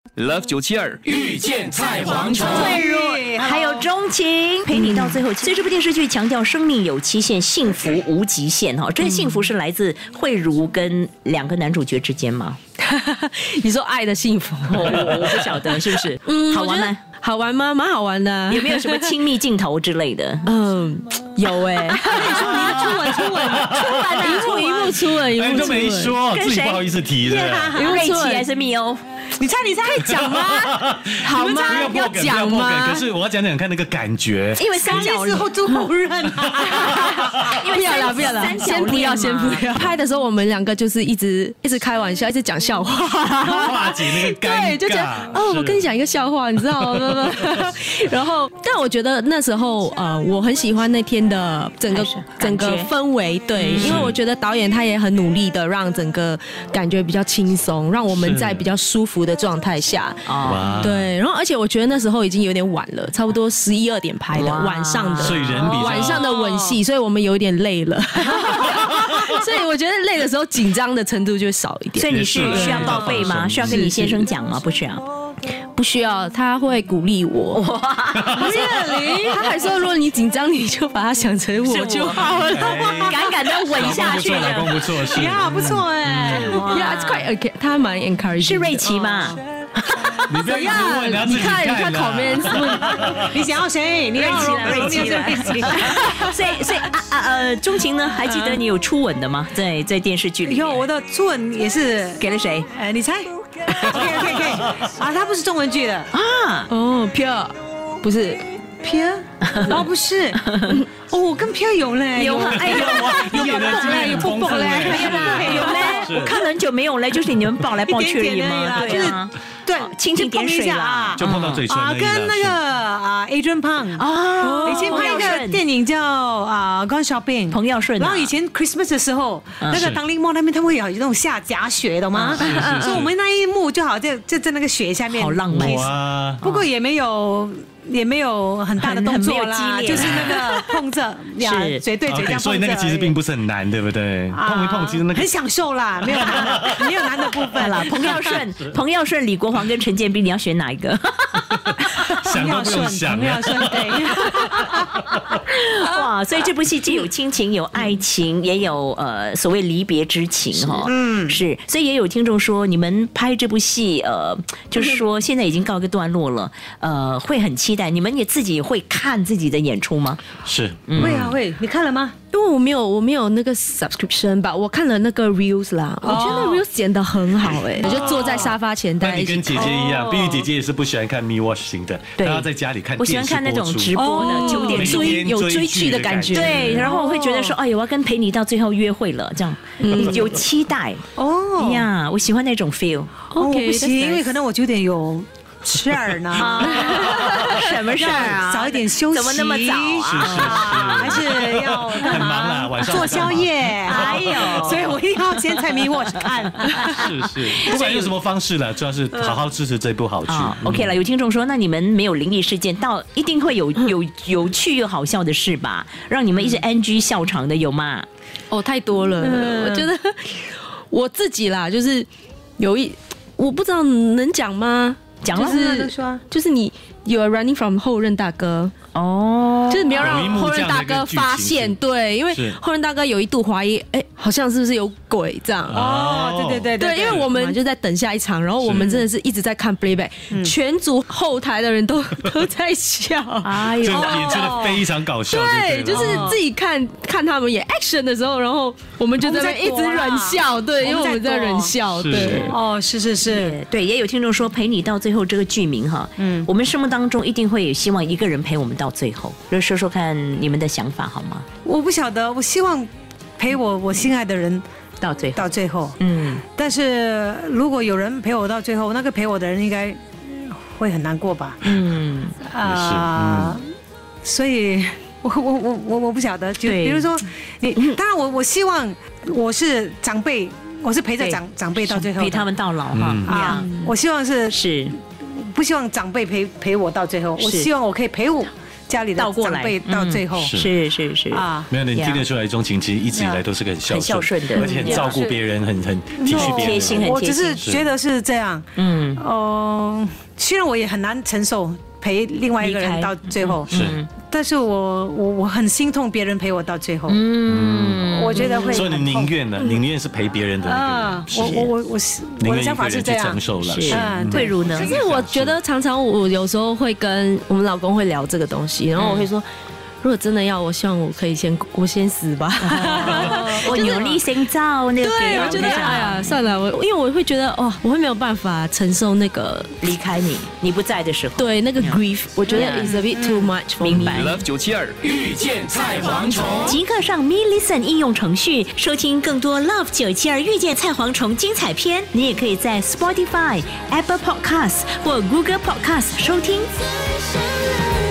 Love 972 遇见菜蝗虫， 脆弱，还有钟情，陪你到最后。所以这部电视剧强调生命有期限，幸福无极限哈。这个幸福是来自慧茹跟两个男主角之间吗？ 你说爱的幸福， 我不晓得是不是？好玩吗？ 好玩吗？蛮好玩的。 有没有什么亲密镜头之类的？ 有哎。你说你初吻，一幕初吻， 你都没说，自己不好意思提的。 瑞奇还是密欧？ 你猜，可以讲吗？好吗？ 要讲吗？ 可是我要讲看那个感觉， 因为三角之后就否认。 因为不要了，先不要。拍的时候我们两个就是一直开玩笑，一直讲笑话， 化解那个尴尬。 对，就讲我跟你讲一个笑话，你知道吗？然后，但我觉得那时候我很喜欢那天的整个氛围，对，因为我觉得导演他也很努力的让整个感觉比较轻松，让我们在比较舒服的状态下，对，然后而且我觉得那时候已经有点晚了，差不多11、12点拍的晚上的， 所以人比晚上的吻戏，所以我们有点累了。所以我觉得累的时候紧张的程度就会少一点。 所以你是需要报备吗？需要跟你先生讲吗？不需要。 不需要，他会鼓励我。他还说，如果你紧张，你就把它想成我就好了。 敢敢的吻下去， 老公不错，是呀，不错哎，呀，他蛮 encourage。 是瑞奇吗？ 你不要一直问，你看考面，你想要谁？你要瑞奇了。所以钟情呢？还记得你有初吻的吗？在电视剧里。 有，我的初吻也是给了谁？ 你猜？OK 啊，它不是中文剧的啊。 Pure 不是 Pure 不是。我跟 Pure 有嘞， 有哎有碰嘞， 有嘞。我看了很久没有嘞，就是你们抱来抱去而已嘛， 对啊。对， 蜻蜓点水啦， 就碰到嘴唇而已。 跟那个Adrian Pang 以前拍一个电影叫Gone Shopping， 彭耀顺。 然后以前 Christmas 的时候，那个当林茂那边他会有那种下假雪，懂吗？所以我们那一幕就好就在那个雪下面， 好浪漫。 不过也没有很大的动作啦，就是那个碰着嘴对嘴这样碰着。 所以那个其实并不是很难，对不对？碰一碰，其实那个很享受啦，没有难的部分啦。彭耀顺、李国煌跟陈建斌，你要选哪一个？ 想都不用想。 彭耀顺对。 哇，所以这部戏既有亲情，有爱情，也有所谓离别之情哈。是，所以也有听众说，你们拍这部戏就是说现在已经告一个段落了，会很期待。你们也自己会看自己的演出吗？ 是， 会，你看了吗？ 因为我没有那个 subscription 吧，我看了那个 reels 啦，我觉得 reels 剪得很好我就坐在沙发前，大家一起。 你跟姐姐一样，碧玉姐姐也是不喜欢看 me watch 型的，她要在家里看。 我喜欢看那种直播的9点有追剧的感觉。 对，然后我会觉得说，哎呦，我要跟陪你到最后约会了，这样有期待呀，我喜欢那种 feel。 OK， 不行，因为可能我9点有事儿呢。 什么事儿啊？ 早一点休息。 怎么那么早啊？还是要很忙啊，晚上做宵夜。 哎呦， 所以我一定要先在 me watch 看。 是，不管用什么方式了，主要是好好支持这部好剧。 OK 了，有听众说，那你们没有灵异事件，到一定会有趣又好笑的事吧？让你们一直 NG 笑场的有吗？ 太多了。我觉得我自己啦，就是我不知道能讲吗？ 讲了， 就是你有 running from 后任大哥就是没有让后任大哥发现，对，因为后任大哥有一度怀疑，好像是不是有鬼这样对，因为我们就在等下一场，然后我们真的是一直在看 playback，全组后台的人都在笑， 就演出的非常搞笑， 对，就是自己看他们演 action 的时候，然后我们就在那边一直忍笑，对，因为我们在忍笑，对， 是， 对，也有听众说陪你到最后这个剧名哈，我们生活当中一定会希望一个人陪我们到最后，就说说看你们的想法好吗？ 我不晓得，我希望陪我心爱的人到最后，但是如果有人陪我到最后，那个陪我的人应该会很难过吧？所以我不晓得，就比如说当然我希望我是长辈，我是陪着长辈到最后， 陪他们到老哈。 我希望是不希望长辈陪我到最后，我希望我可以陪我家里的长辈到最后。 是啊， 没有，你听得出来，钟情其实一直以来都是个很孝顺的， 而且很照顾别人，很体恤别人， 贴心，很我只是觉得是这样。虽然我也很难承受陪另外一个人到最后，但是我很心痛别人陪我到最后。我觉得会。 所以你宁愿是陪别人的那个。 我的想法是这样。 承受了。 慧茹呢？ 可是我觉得常常我有时候会跟我们老公会聊这个东西，然后我会说。如果真的要，我希望我可以先死吧。 我努力先造那个。 对，我觉得哎呀，算了，因为我会觉得我会没有办法承受那个离开你不在的时候。 对，那个 grief， 我觉得 is a bit too much for me。 明白。 Love 972遇见菜蝗虫， 即刻上 Me Listen 应用程序收听更多 Love 972遇见菜蝗虫精彩片。你也可以在 Spotify、Apple Podcasts 或 Google Podcasts 收听。